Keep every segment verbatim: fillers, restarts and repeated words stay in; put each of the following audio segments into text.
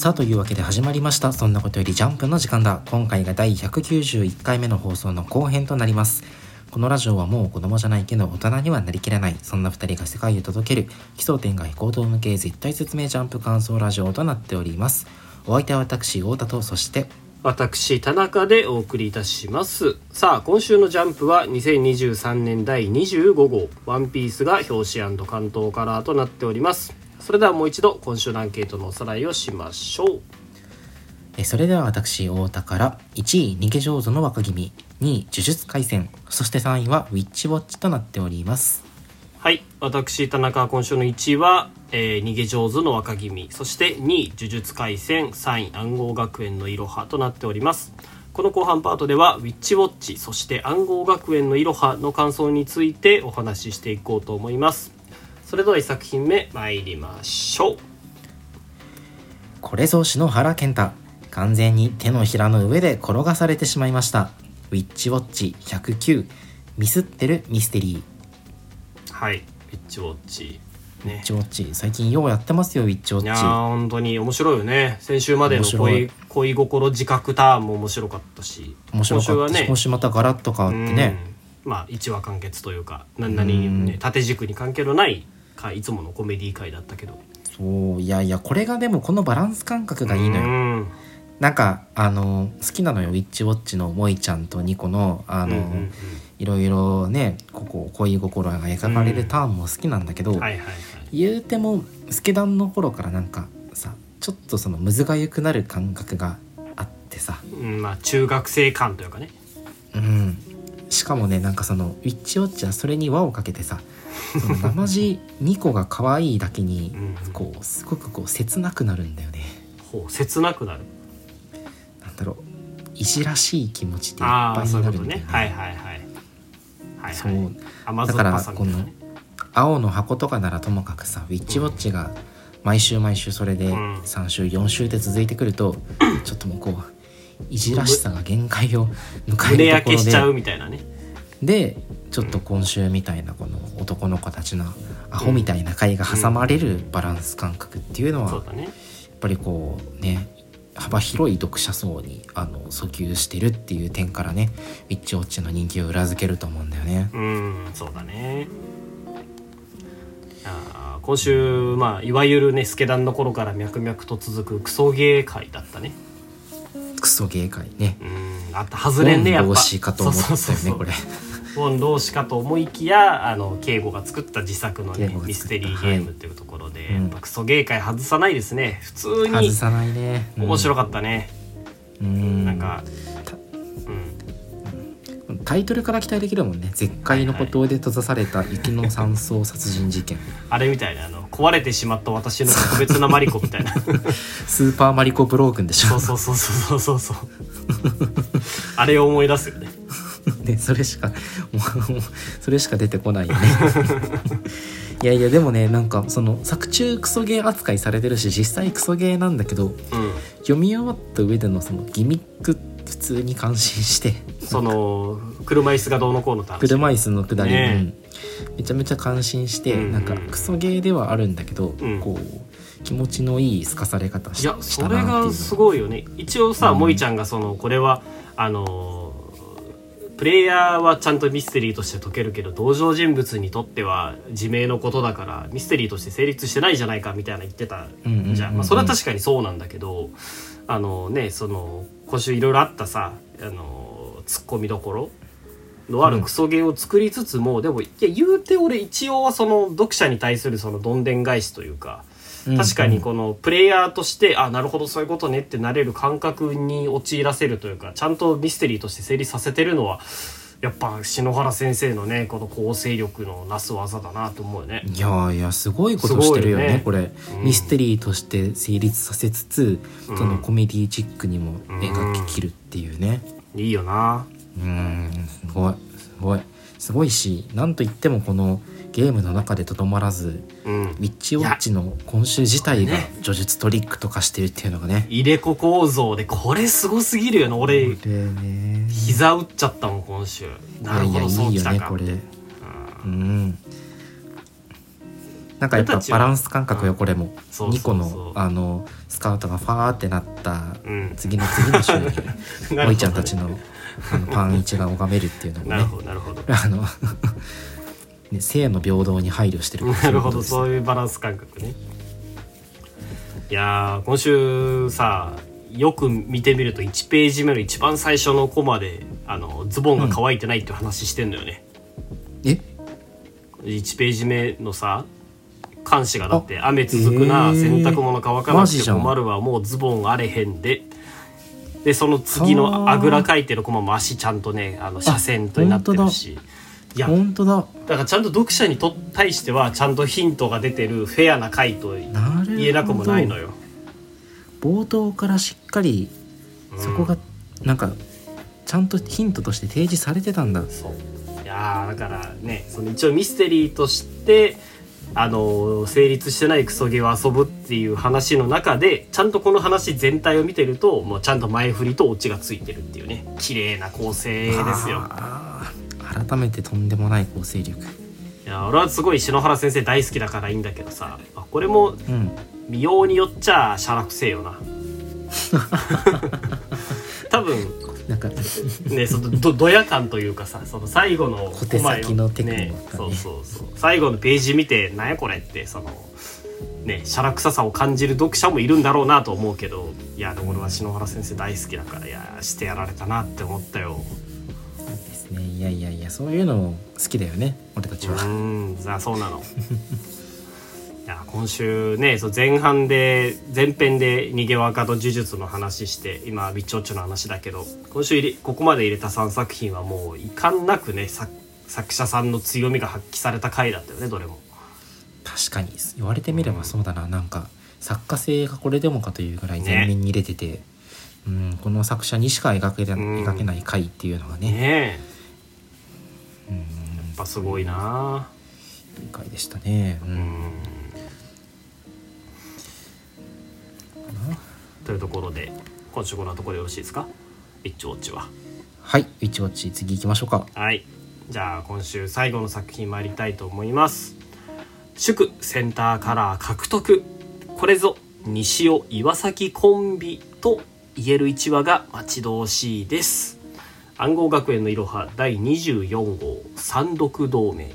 さあというわけで始まりました。そんなことよりジャンプの時間だ。今回がだいひゃくきゅうじゅういっかいめの放送の後編となります。このラジオはもう子供じゃないけど大人にはなりきれない、そんなふたりが世界へ届ける奇想天外高等無形絶対説明ジャンプ感想ラジオとなっております。お相手は私太田と、そして私田中でお送りいたします。さあ今週のジャンプはにせんにじゅうさんねんだいにじゅうごごうワンピースが表紙&関東カラーとなっております。それではもう一度今週のアンケートのおさらいをしましょう。 えそれでは私太田からいちい逃げ上手の若君、にい呪術廻戦、そしてさんいはウィッチウォッチとなっております。 はい、私田中は今週のいちいは、えー、逃げ上手の若君、そしてにい呪術廻戦、さんい暗号学園のいろはとなっております。この後半パートではウィッチウォッチ、そして暗号学園のいろはの感想についてお話ししていこうと思います。それではいちさく品目参りましょう。 これぞ篠原健太、完全に手のひらの上で転がされてしまいました。ウィッチウォッチひゃくきゅう、ミスってるミステリー。 はい、ウィッチウォッチ、ね、 ウィッチウォッチ最近ようやってますよ。ウィッチウォッチ、 いやー本当に面白いよね。先週までの 恋, 恋心自覚ターンも面白かったし、 面白かった。今週はね、今週またガラッと変わってね、 まあいちわ完結というか、何々ね、縦軸に関係のないかいつものコメディ回だったけど、そういやいや、これがでもこのバランス感覚がいいのよ。んなんかあの好きなのよ、ウィッチウォッチの萌ちゃんとニコのあの、うんうんうん、いろいろね、ここ恋心が描かれるターンも好きなんだけど、うんはいはいはい、言うてもスケダンの頃からなんかさ、ちょっとそのむずがゆくなる感覚があってさ、 うん、まあ中学生感というかね、 うん、しかもね、なんかそのウィッチウォッチはそれに輪をかけてさ、その生地ニコが可愛いだけにこうすごくこう切なくなるんだよね。 ほう、切なくなる、 なんだろう、いじらしい気持ちでいっぱいになるんだよね。 はいはいはい、はい、 そう、だからこの青の箱とかならともかくさ、ウィッチウォッチが毎週毎週それでさんしゅうよんしゅうで続いてくると、うん、ちょっともうこういじらしさが限界を迎えるところで、 胸焼けしちゃうみたいなね。 でちょっと今週みたいなこの男の子たちのアホみたいな回が挟まれるバランス感覚っていうのは、やっぱりこうね、幅広い読者層にあの訴求してるっていう点からね、ウィッチウォッチの人気を裏付けると思うんだよね。 うん、そうだね。あ、今週、まあ、いわゆるねスケダンの頃から脈々と続くクソゲー回だったね。 クソゲー回ね、 うん、あった外れんね、やっぱ本同士かと思ったよね。そうそうそう、これ本同士かと思いきや、あの慶吾が作った自作の、ね、ミステリーゲームっていうところで、はい、やっぱクソゲー界外さないですね。普通に外さないね、 うん、面白かったね。うん、なんか、 うん、タイトルから期待できるもんね。絶海の孤島で閉ざされた雪の山荘殺人事件、はいはい、 あれみたいな、あの壊れてしまった私の特別なマリコみたいなスーパーマリコブロークンでしょ。 そうそうそうそうそうそうあれを思い出すよね。 ね、それしかもうそれしか出てこないよねいやいや、でもね、なんかその作中クソゲー扱いされてるし、実際クソゲーなんだけど、うん、読み終わった上でのそのギミック普通に感心して、 その車椅子がどうのこうのって話、 車椅子のくだり、ね、うん、めちゃめちゃ感心して、うんうん、なんかクソゲーではあるんだけど、うん、こう気持ちのいい透かされ方し、 いやそれがすごいよね。一応さ、うん、萌ちゃんがそのこれはあのプレイヤーはちゃんとミステリーとして解けるけど、登場人物にとっては自明のことだからミステリーとして成立してないじゃないかみたいな言ってたじゃん。まあそれは確かにそうなんだけど、あのね、その今週いろいろあったさ、あのツッコミどころのあるクソゲーを作りつつも、うん、でもいや言うて俺一応はその読者に対するそのどんでん返しというか、確かにこのプレイヤーとしてあなるほどそういうことねってなれる感覚に陥らせるというか、ちゃんとミステリーとして成立させてるのはやっぱ篠原先生のねこの構成力のなす技だなと思うよね。 いやいやすごいことしてるよ ね, ねこれ、うん、ミステリーとして成立させつつ、うん、そのコメディチックにも描ききるっていうね、 うん、いいよな。 うーん、すごいすごいすごいし、なんといってもこのゲームの中でとどまらず、うん、ウィッチウォッチの今週自体が叙述トリックとかしてるっていうのがね、 入れ子構造でこれすごすぎるよな。俺ね、膝打っちゃったもん今週。なるほど、そうきたかって。 うん、 なんかやっぱバランス感覚よ、これも。 そうそうそうにこのあのスカウトがファーってなったうん次の次の週になるほどねおいちゃんたちのあのパン一が拝めるっていうのもなるねほどなるほどあのね、性の平等に配慮してるなるほど、 うそういうバランス感覚ね。いやー今週さよく見てみるといちページ目の一番最初のコマであのズボンが乾いてないっていう話してんのよね、 うん、えいちページ目のさ監視がだって雨続くな、 えー、 洗濯物乾かなくて困るわもうズボンあれへんででその次のあぐらかいてるコマも足ちゃんとねあの斜線とになってるし、いや本当だ。 だからちゃんと読者にと対してはちゃんとヒントが出てるフェアな回と言えなくもないのよ。 冒頭からしっかりそこがなんかちゃんとヒントとして提示されてたんだ。 そういやだからねその一応ミステリーとしてあの成立してないクソゲを遊ぶっていう話の中でちゃんとこの話全体を見てるともうちゃんと前振りとオチがついてるっていうね綺麗な構成ですよ。 改めてとんでもない構成力。 いや俺はすごい篠原先生大好きだからいいんだけどさこれも見ようによっちゃしゃらくせえよな多分なんかねそのどドヤ感というかさその最後の小手先のテクニック、 ね、そうそうそう最後のページ見てなんやこれってそのねしゃらくささを感じる読者もいるんだろうなと思うけどいやでも俺は篠原先生大好きだからいやしてやられたなって思ったよ。 ですね。いやいやいやそういうの好きだよね俺たちは。 うーんさあそうなのいや今週ねそう前半で前編で逃げ若と呪術の話して今ビッチョッチョの話だけど今週入れここまで入れたさんさく品はもう遺憾なくね作作者さんの強みが発揮された回だったよねどれも。 確かに言われてみればそうだな、うん、なんか作家性がこれでもかというぐらい前面に入れてて、ねうん、この作者にしか描けな、うん、描けない回っていうのがねねえ、うん、 やっぱすごいな。 いい回でしたね。うんうんというところで今週こんなところでよろしいですかビッチウォッチは。 はいビッチウォッチ次行きましょうか。 はいじゃあ今週最後の作品参りたいと思います。祝センターカラー獲得これぞ西尾岩崎コンビと言えるいちわが待ち遠しいです。暗号学園のいろはだいにじゅうよん号三読同盟。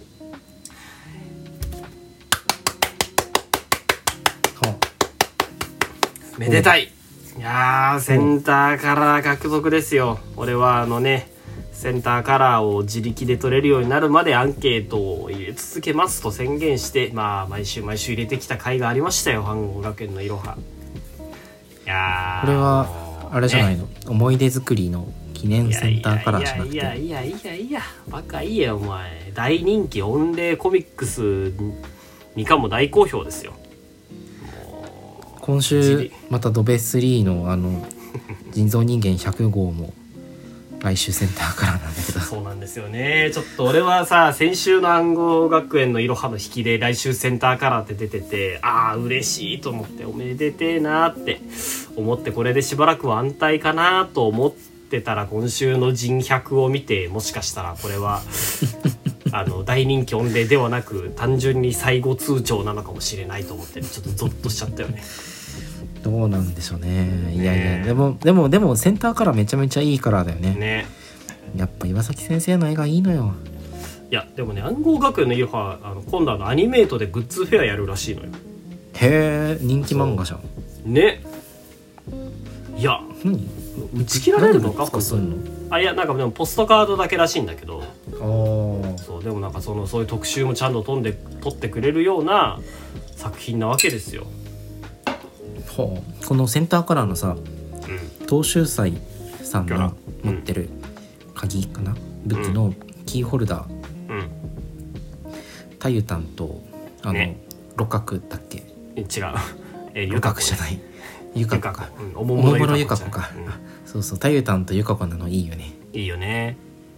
めでたい。いやーセンターカラー獲得ですよ。俺はあのねセンターカラーを自力で取れるようになるまでアンケートを入れ続けますと宣言してまあ毎週毎週入れてきた回がありましたよ暗号学園のいろは。いやこれはあれじゃないの、ね、思い出作りの記念センターカラーじゃなくて。 いやいやいやいやいやバカいいやお前大人気御礼コミックスにかんも大好評ですよ。 今週またドベスリーのあの人造人間ひゃく号も来週センターカラーなんだけどそうなんですよね。ちょっと俺はさ先週の暗号学園のいろはの引きで来週センターカラーって出ててああ嬉しいと思っておめでてえなって思ってこれでしばらくは安泰かなと思ってたら今週の人百を見てもしかしたらこれはあの大人気御礼ではなく単純に最後通帳なのかもしれないと思ってちょっとゾッとしちゃったよね。 どうなんでしょうね。いやいやでもでもでもセンターカラーめちゃめちゃいいカラーだよね。ねやっぱ岩崎先生の絵がいいのよ。 いやでもね暗号学園のいろはあの今度あのアニメートでグッズフェアやるらしいのよ。 へえ人気漫画じゃんね。いや打ち切られるのか本当にあいやなんかでもポストカードだけらしいんだけどあそうでもなんかそのそういう特集もちゃんと撮んで撮ってくれるような作品なわけですよ。 ほうこのセンターカラーのさ、 うん、 東秀斎さんの持ってる鍵かな、うん、武器のキーホルダー、うん、タユタンとあの、ね、六角だっけ違うえ六角じゃないゆか子か、 うん、おもむろゆか子か、うん、そうそうタユタンとゆか子なのいいよね。 いいよね。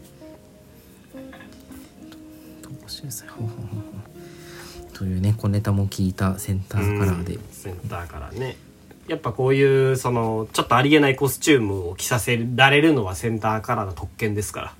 東秀斎ほうほうほうというね小ネタも聞いたセンターカラーで、 うん、センターカラーね。やっぱこういうそのちょっとありえないコスチュームを着させられるのはセンターカラーの特権ですから。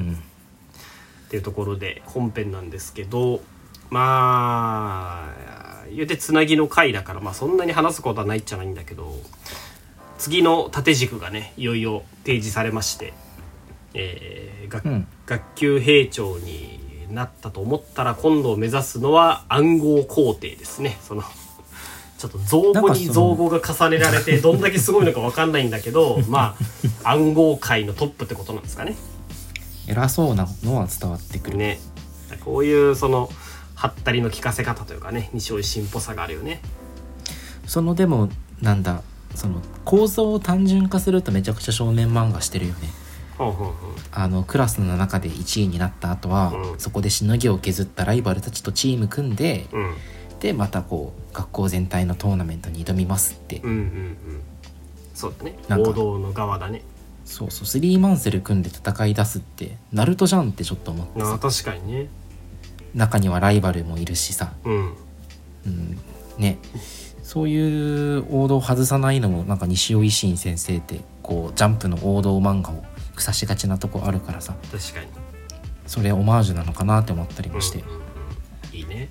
いやですね、うんうん、 っていうところで本編なんですけどまあ言うてつなぎの回だから、まあ、そんなに話すことはないっちゃないんだけど、次の縦軸がねいよいよ提示されまして、えー 学, うん学級兵長になったと思ったら今度目指すのは暗号皇帝ですね。そのちょっと造語に造語が重ねられてどんだけすごいのか分かんないんだけどまあ暗号界のトップってことなんですかね。 偉そうなのは伝わってくるね、こういうそのはったりの聞かせ方というかね、西尾維新っぽさがあるよね。 そのでもなんだその構造を単純化するとめちゃくちゃ少年漫画してるよね。 ほうほうほう。 あのクラスの中でいちいになった後は、 うん、 そこでしのぎを削ったライバルたちとチーム組んで、 うん、 でまたこう学校全体のトーナメントに挑みますって、 うんうんうん、そうだね、 なんか王道の側だね。 そうそうスリーマンセル組んで戦い出すってナルトじゃんってちょっと思ってさ。 あ確かにね。 中にはライバルもいるしさ、 うん、 うん、ね、そういう王道を外さないのもなんか西尾維新先生ってこうジャンプの王道漫画を腐しがちなとこあるからさ、 確かにそれオマージュなのかなって思ったりもして、 うんうんうん、いいね、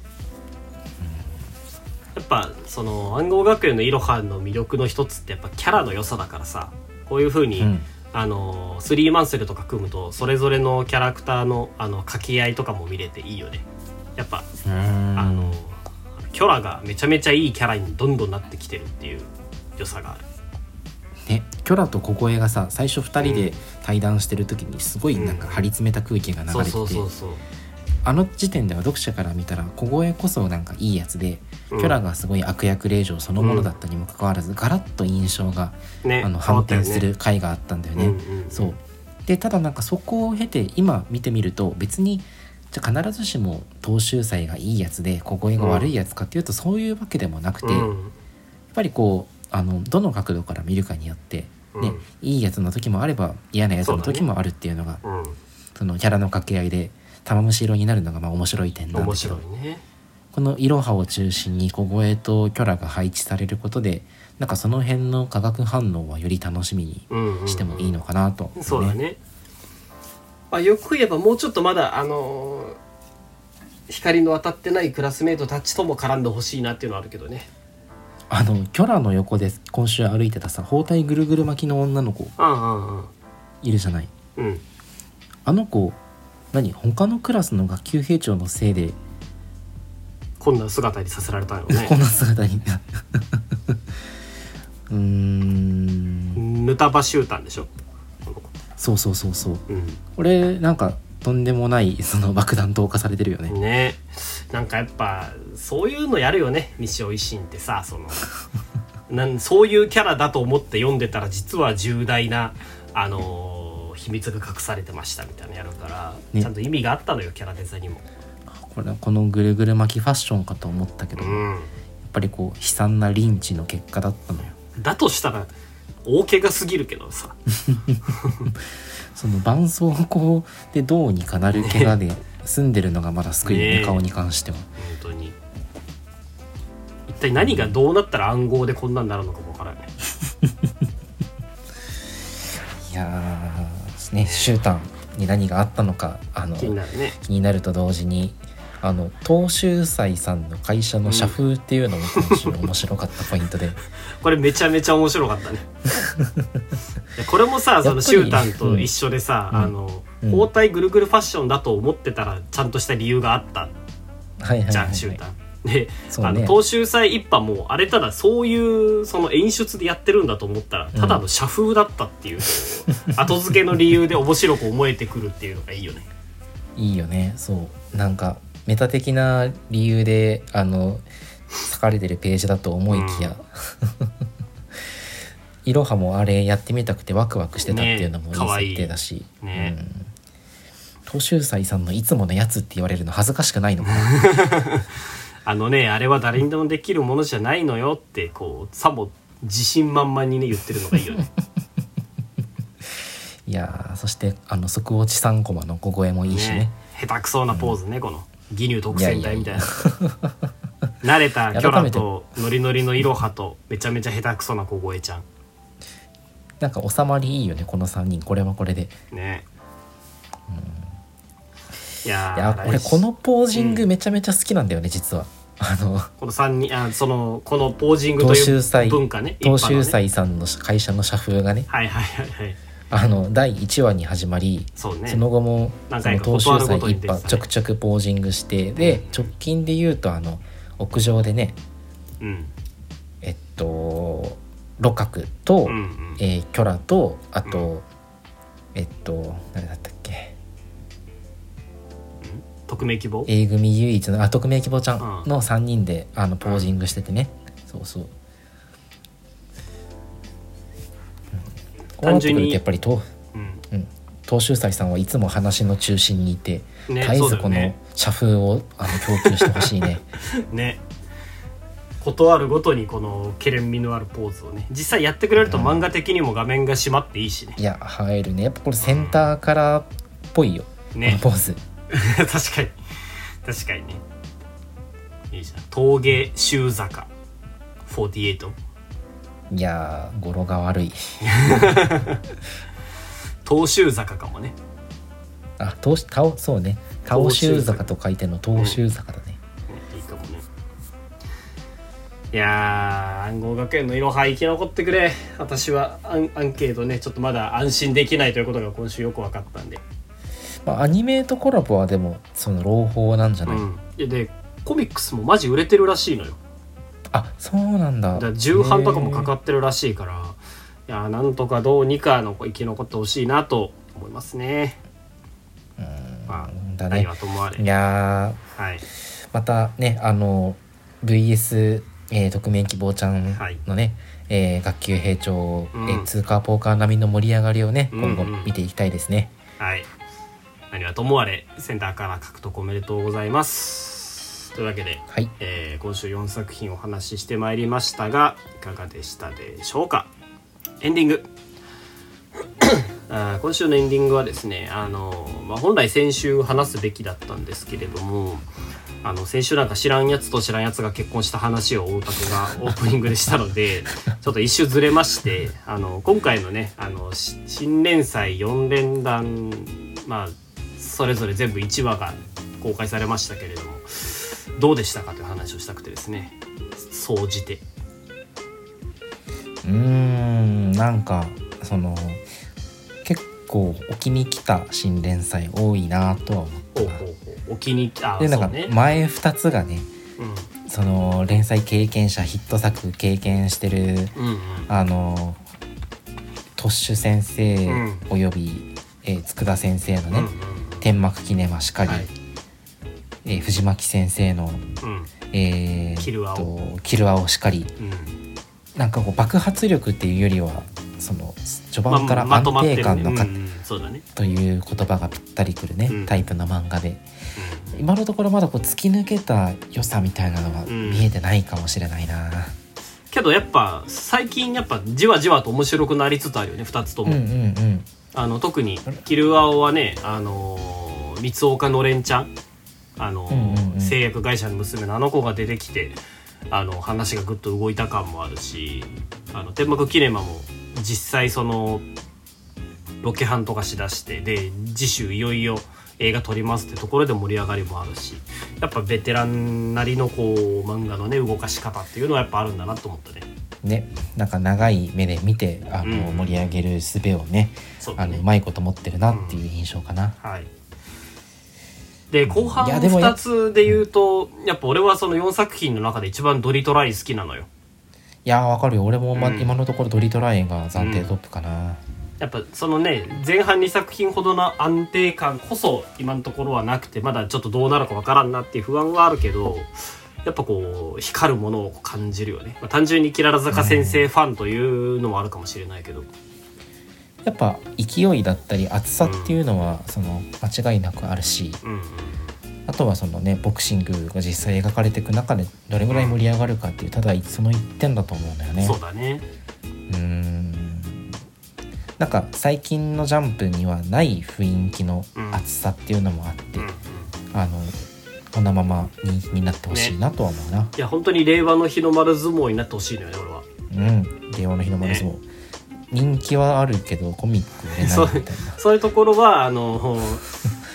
うん、やっぱその暗号学園のイロハの魅力の一つってやっぱキャラの良さだからさ、こういう風に、うん、あのスリーマンセルとか組むとそれぞれのキャラクターのあの掛け合いとかも見れていいよね。やっぱあのキョラがめちゃめちゃいいキャラにどんどんなってきてるっていう良さがあるね。キョラと小声がさ最初ふたりで対談してる時にすごいなんか張り詰めた空気が流れてて、あの時点では読者から見たら小声こそなんかいいやつで、うん、キョラがすごい悪役令嬢そのものだったにもかかわらず、うん、ガラッと印象が、ね、あの反転する回があったんだよね、うんうんうん、そうでただなんかそこを経て今見てみると別にじゃあ必ずしも東秀斎がいいやつで小声が悪いやつかっていうとそういうわけでもなくて、うん、やっぱりこうあのどの角度から見るかによって、ねうん、いいやつの時もあれば嫌なやつの時もあるっていうのが そ,、ねうん、そのキャラの掛け合いで玉虫色になるのがまあ面白い点なんだけど、ね、このイロハを中心に小声とキョラが配置されることでなんかその辺の化学反応はより楽しみにしてもいいのかなと、ねうんうんうん、 そうだね。まあ、よく言えばもうちょっとまだあのー、光の当たってないクラスメートたちとも絡んでほしいなっていうのはあるけどね。 あのキョラの横で今週歩いてたさ包帯ぐるぐる巻きの女の子いるじゃない、うん、あの子何他のクラスの学級兵長のせいでこんな姿にさせられたよねこんな姿にうーんヌタバシュータンでしょ。 そうそうそうそう、うん、これなんかとんでもないその爆弾投下されてるよね。 ね、なんかやっぱそういうのやるよね西尾維新ってさ、そのなんそういうキャラだと思って読んでたら実は重大なあのー、秘密が隠されてましたみたいなのやるから、ね、ちゃんと意味があったのよキャラデザにも。 これこのぐるぐる巻きファッションかと思ったけど、うん、やっぱりこう悲惨なリンチの結果だったのよ。 だとしたら大怪我すぎるけどさその絆創膏でどうにかなる怪我で済んでるのがまだ救いね、顔に関しては。 本当に一体何がどうなったら暗号でこんなになるのかもわからないいやーね、シュータンに何があったのかあの気になるね。 気になると同時にあの東秀斎さんの会社の社風っていうのも今週面白かったポイントで、うん、 これめちゃめちゃ面白かったねこれもさそのシュータンと一緒でさ、うん、あの、うん、包帯ぐるぐるファッションだと思ってたらちゃんとした理由があった、はいはいはいはい、じゃんシュータンで、ね、あの東秀斎一派もあれただそういうその演出でやってるんだと思ったらただの社風だったっていう、うん、後付けの理由で面白く思えてくるっていうのがいいよね。 いいよね。そうなんかメタ的な理由であの書かれてるページだと思いきや、うん、イロハもあれやってみたくてワクワクしてたっていうのもいい設定だし、ねねうん、東秀斎さんのいつものやつって言われるの恥ずかしくないのかなあのねあれは誰にでもできるものじゃないのよってこうさも自信満々にね言ってるのがいいよねいやそしてあの即落ちさんコマの小声もいいしね、ね下手くそなポーズね、うん、この義乳特戦隊みたいな。いやいやいや慣れたキョラとノリノリのイロハとめちゃめちゃ下手くそな小声ちゃん。 なんか収まりいいよねこのさんにん。これはこれでね、 いやいや俺このポージングめちゃめちゃ好きなんだよね、うん、実はあのこのさんにんあそのこのポージングという文化ね、 東秀斎さんの会社の社風がね、 はいはいはいはい、 あのだいいちわに始まり そ,、ね、その後もその東秀斎一派ちょくちょくポージングして、で直近で言うとあの屋上でね、うん、えっとロカクと、うんうん、えー、キョラとあと、うん、えっと誰だったっけ、 匿名希望 A 組唯一のあ匿名希望ちゃんのさんにんで、うん、あのポージングしててね、うん、そうそう、こうなってくるとやっぱり東、うんうん、東秀斎さんはいつも話の中心にいて、ね、絶えずこの社風をあの供給してほしいねね、ことあるごとにこのケレン味のあるポーズをね実際やってくれると漫画的にも画面が締まっていいしね、 うん、いや入るね、やっぱこれセンターカラーっぽいよ、ね、このポーズ確かに確かにね、いいじゃん、峠州坂よんじゅうはち、 いやー語呂が悪い東州坂かもね、 あ東たおそうね、東州坂と書いての東州坂だね、 うん、いいかもね。いやー暗号学園のいろは生き残ってくれ。私はア ン, アンケートねちょっとまだ安心できないということが今週よく分かったんで、 まあ、アニメとコラボはでもその朗報なんじゃない、うん、 でコミックスもマジ売れてるらしいのよ。 あそうなんだ、 だから重版とかもかかってるらしいから、いやなんとかどうにかの生き残ってほしいなと思いますね。 うん、 まあだね、 何はともあれ、 いや、はい、またねあの ブイエス、えー、匿名希望ちゃんのね、はい、えー、学級閉庁、うん、えー、通過ポーカー並みの盛り上がりをね、うんうん、今後見ていきたいですね。 はい、何はともあれセンターから獲得おめでとうございます。というわけで、はい、えー、今週よんさく品お話ししてまいりましたがいかがでしたでしょうか。エンディングあ今週のエンディングはですね、あの、まあ、本来先週話すべきだったんですけれども、あの先週なんか知らんやつと知らんやつが結婚した話を大竹がオープニングでしたのでちょっと一周ずれまして、あの今回のねあの新連載よん連弾、まあそれぞれ全部いちわが公開されましたけれどもどうでしたかという話をしたくてですね、総じて。 うーんなんかその結構置きに来た新連載多いなとは思ったな。 ほうほうほう置きにあでなんか前ふたつがね、うん、その連載経験者ヒット作経験してる、うんうん、あのトッシュ先生および、うんえー、佃先生のね、うんうん、天幕キネマしかり、はいえー、藤巻先生の、うんえー、 キルアオキルアオしかり、うん、なんかこう爆発力っていうよりはその序盤から安定感のか、ままねうん、そうだね、という言葉がぴったりくるね、うん、タイプの漫画で、うん、今のところまだこう突き抜けた良さみたいなのが見えてないかもしれないな、うん、 けどやっぱ最近やっぱじわじわと面白くなりつつあるよねふたつとも、うんうんうん、あの特にキルアオはねあの三岡のれんちゃんあの、うんうんうん、製薬会社の娘のあの子が出てきてあの話がぐっと動いた感もあるし、あの天幕キネマも実際そのロケハンとかしだしてで次週いよいよ映画撮りますってところで盛り上がりもあるし、やっぱベテランなりのこう漫画のね動かし方っていうのはやっぱあるんだなと思ったね。 ね、なんか長い目で見てあの、うん、盛り上げる術をね、うねあのうまいこと持ってるなっていう印象かな、 うん、はい。で後半ふたつで言うと や, やっぱ俺はそのよんさく品の中で一番ドリトライ好きなのよ。 いやわかるよ俺も、まうん、今のところドリトライが暫定トップかな、うん、 やっぱそのね前半にさく品ほどの安定感こそ今のところはなくてまだちょっとどうなるかわからんなっていう不安はあるけどやっぱこう光るものを感じるよね、まあ、単純にキララ坂先生ファンというのもあるかもしれないけど、うん、 やっぱ勢いだったり熱さっていうのは、うん、その間違いなくあるし、うんうん、あとはそのねボクシングが実際描かれていく中でどれぐらい盛り上がるかっていうただその一点だと思うんだよね。 そうだね。 うーんなんか最近のジャンプにはない雰囲気の熱さっていうのもあって、うんうんうん、あのこのまま人気になってほしいなとは思うな、ね、 いや本当に令和の日の丸相撲になってほしいのよね俺は。 うん令和の日の丸相撲、ね、人気はあるけどコミック売れないみたいなそう、そういうところはあの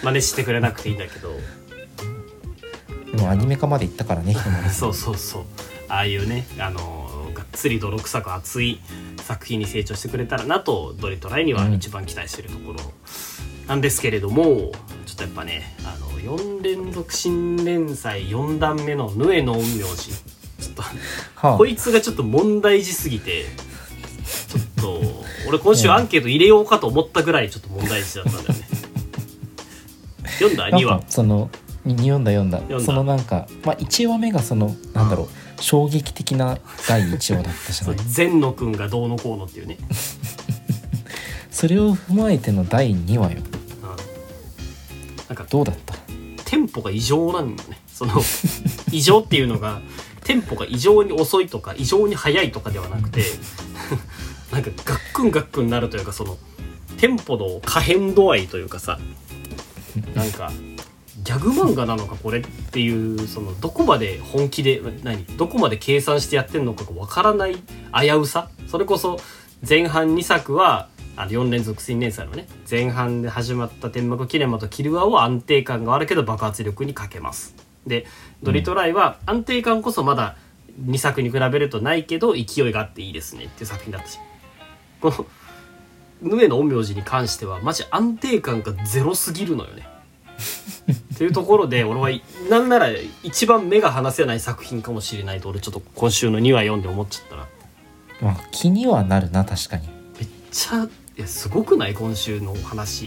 真似してくれなくていいんだけどでもアニメ化まで行ったからねそうそうそうああいうねあのがっつり泥臭く熱い作品に成長してくれたらなとドリトライには一番期待してるところなんですけれども、うん、ちょっとやっぱねあのよん連続新連載よんだんめのヌエの陰陽師ちょっと、はあ、こいつがちょっと問題児すぎてちょっと俺今週アンケート入れようかと思ったぐらいちょっと問題児だったんだよね読んだにわその読んだ読んだそのなんか、まあ、いちわめがそのなんだろう、うん、衝撃的なだいいちわだったじゃない善野くんがどうのこうのっていうねそれを踏まえてのだいにわよ、うん、 なんかどうだった？ テンポが異常なんだよねその異常っていうのがテンポが異常に遅いとか異常に速いとかではなくてなんかガックンガックンになるというかそのテンポの可変度合いというかさなんかギャグ漫画なのかこれっていうそのどこまで本気で何どこまで計算してやってんのかがわからない危うさそれこそ前半にさくはあのよん連続新連載のね前半で始まった天幕キレマとキルアは安定感があるけど爆発力に欠けますでドリトライは安定感こそまだにさくに比べるとないけど勢いがあっていいですねっていう作品だったしこのヌエの陰陽師に関してはマジ安定感がゼロすぎるのよねっていうところで俺はなんなら一番目が離せない作品かもしれないと俺ちょっと今週のにわ読んで思っちゃったな。 まあ気にはなるな確かに。 めっちゃいやすごくない今週の話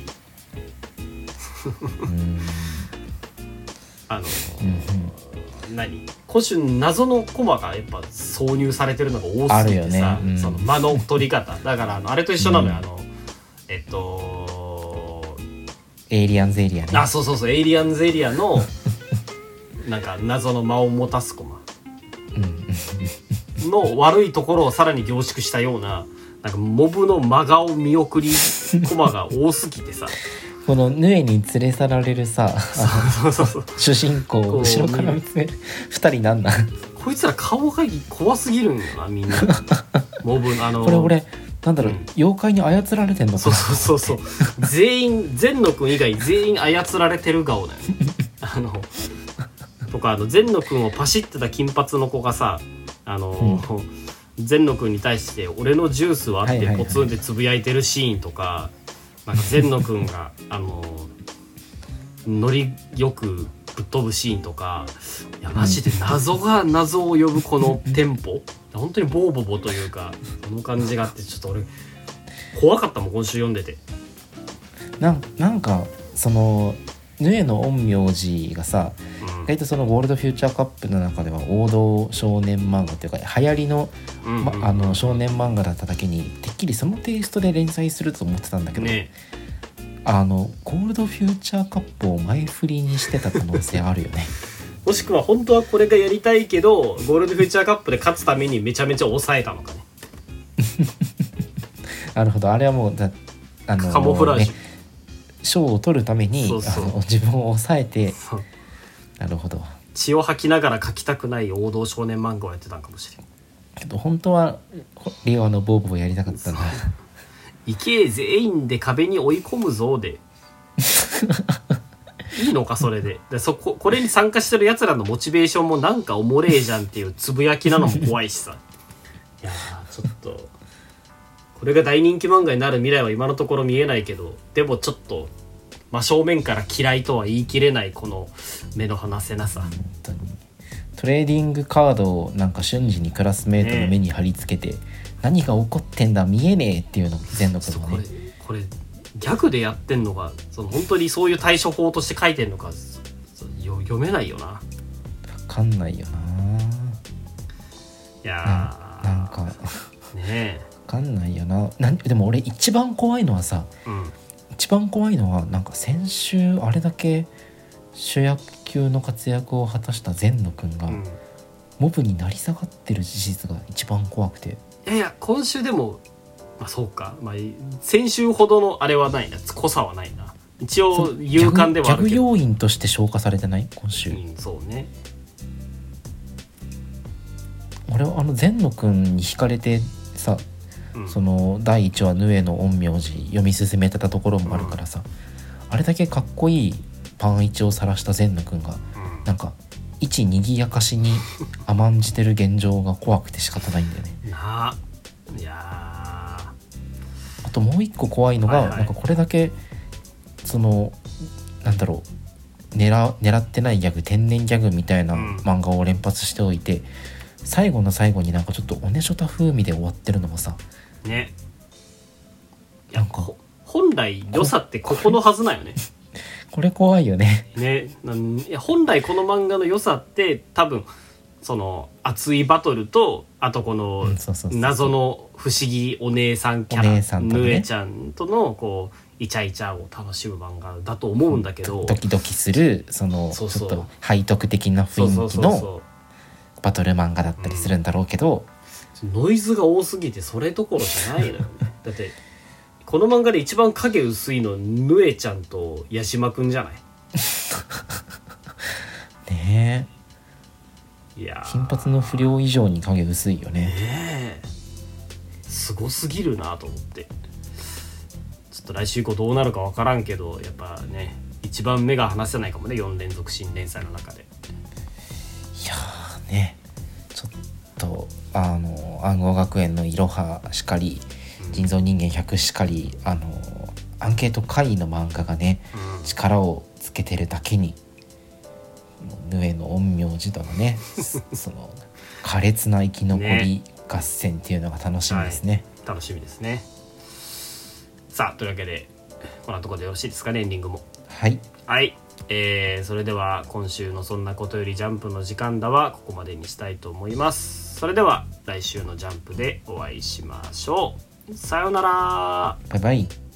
うんあの、うん、何今週謎のコマがやっぱ挿入されてるのが多すぎてさ、ねうん、その間の取り方だからあのあれと一緒なのよ、うん、あのえっとエイリアンズエリアねあそうそうそうエイリアンズエリアのなんか謎の間を持たすコマの悪いところをさらに凝縮したようななんかモブの真顔見送りコマが多すぎてさこのヌエに連れ去られるさそうそうそう主人公を後ろから見つめるふたりなんだこいつら顔が怖すぎるんだよなみんなモブのあのこれ俺なんだろう、うん、妖怪に操られてんのかなそうそうそうそう全員善野くん以外全員操られてる顔だよねあのとかあの善野くんをパシってた金髪の子がさあの、うん、善野くんに対して俺のジュースはあってポツンってつぶやいてるシーンとか、なんか善野くんがあのノリよくぶっ飛ぶシーンとかいやマジで謎が謎を呼ぶこのテンポ本当にボーボボというかこの感じがあってちょっと俺怖かったもん今週読んでてな ん, なんかそのヌエの陰陽師がさ、うん、意外とそのゴールドフューチャーカップの中では王道少年漫画というか流行りの、うんうんうんま、あの少年漫画だっただけにてっきりそのテイストで連載すると思ってたんだけど、ね、あのゴールドフューチャーカップを前振りにしてた可能性あるよねもしくは本当はこれがやりたいけどゴールドフューチャーカップで勝つためにめちゃめちゃ抑えたのかねなるほどあれはもうだあのカモフラージュ、ね、 賞を取るためにそうそうあの自分を抑えてなるほど血を吐きながら描きたくない王道少年漫画をやってたんかもしれんけど本当は令和のボーボーやりたかったんだ行け全員で壁に追い込むぞでいいのかそれで、でそここれに参加してるやつらのモチベーションもなんかおもれえじゃんっていうつぶやきなのも怖いしさいやちょっとこれが大人気漫画になる未来は今のところ見えないけどでもちょっと真正面から嫌いとは言い切れないこの目の離せなさ本当にトレーディングカードをなんか瞬時にクラスメートの目に貼り付けて、ね、何が起こってんだ見えねえっていうの全のことねこれギャグでやってんのがその本当にそういう対処法として書いてんのか読めないよな分かんないよないやななんかねえ分かんないよななんでも俺一番怖いのはさ、うん、一番怖いのはなんか先週あれだけ主役級の活躍を果たした善野くんが、うん、モブになり下がってる事実が一番怖くていやいや今週でもまあそうか、まあ、先週ほどのあれはないな濃さはないな一応勇敢ではあるけどギャグ要因として消化されてない今週、うん、 そうね俺はあの善野くんに惹かれてさ、うん、そのだいいちわヌエの陰陽師読み進めてたところもあるからさ、うん、あれだけかっこいいパンイチを晒した善野くんが、 うん、 なんか一にぎやかしに甘んじてる現状が怖くて仕方ないんだよね。 なあ、いやあともう一個怖いのが、 はいはい、 なんかこれだけそのなんだろう狙狙ってないギャグ、天然ギャグみたいな漫画を連発しておいて、うん、最後の最後になんかちょっとおねしょた風味で終わってるのもさね、いやなんか本来良さってここのはずなんよね。 これ怖いよね。 ね、いや本来この漫画の良さって多分その熱いバトルと、あとこの謎の不思議お姉さんキャラ、ね、ぬえちゃんとのこうイチャイチャを楽しむ漫画だと思うんだけど、 ドキドキするそのちょっと背徳的な雰囲気のバトル漫画だったりするんだろうけど、 うん、ノイズが多すぎてそれどころじゃないのよね。だってこの漫画で一番影薄いのぬえちゃんと八島くんじゃない？ ねえ、 いや金髪の不良以上に影薄いよね。 ねえ、すごすぎるなと思って、ちょっと来週以降どうなるか分からんけど、やっぱね一番目が離せないかもね、よん連続新連載の中で。 いやーね、ちょっとあの暗号学園のいろはしかり、人造人間ひゃくしかり、あのアンケート会の漫画がね、うん、力をつけてるだけにヌエの陰陽師とのねその苛烈な生き残り合戦っていうのが楽しみですね、 はい、楽しみですね。さあというわけでこんなところでよろしいですかね、エンディングも。 はいはい、えー、それでは今週のそんなことよりジャンプの時間だはここまでにしたいと思います。それでは来週のジャンプでお会いしましょう。さようなら。 バイバイ。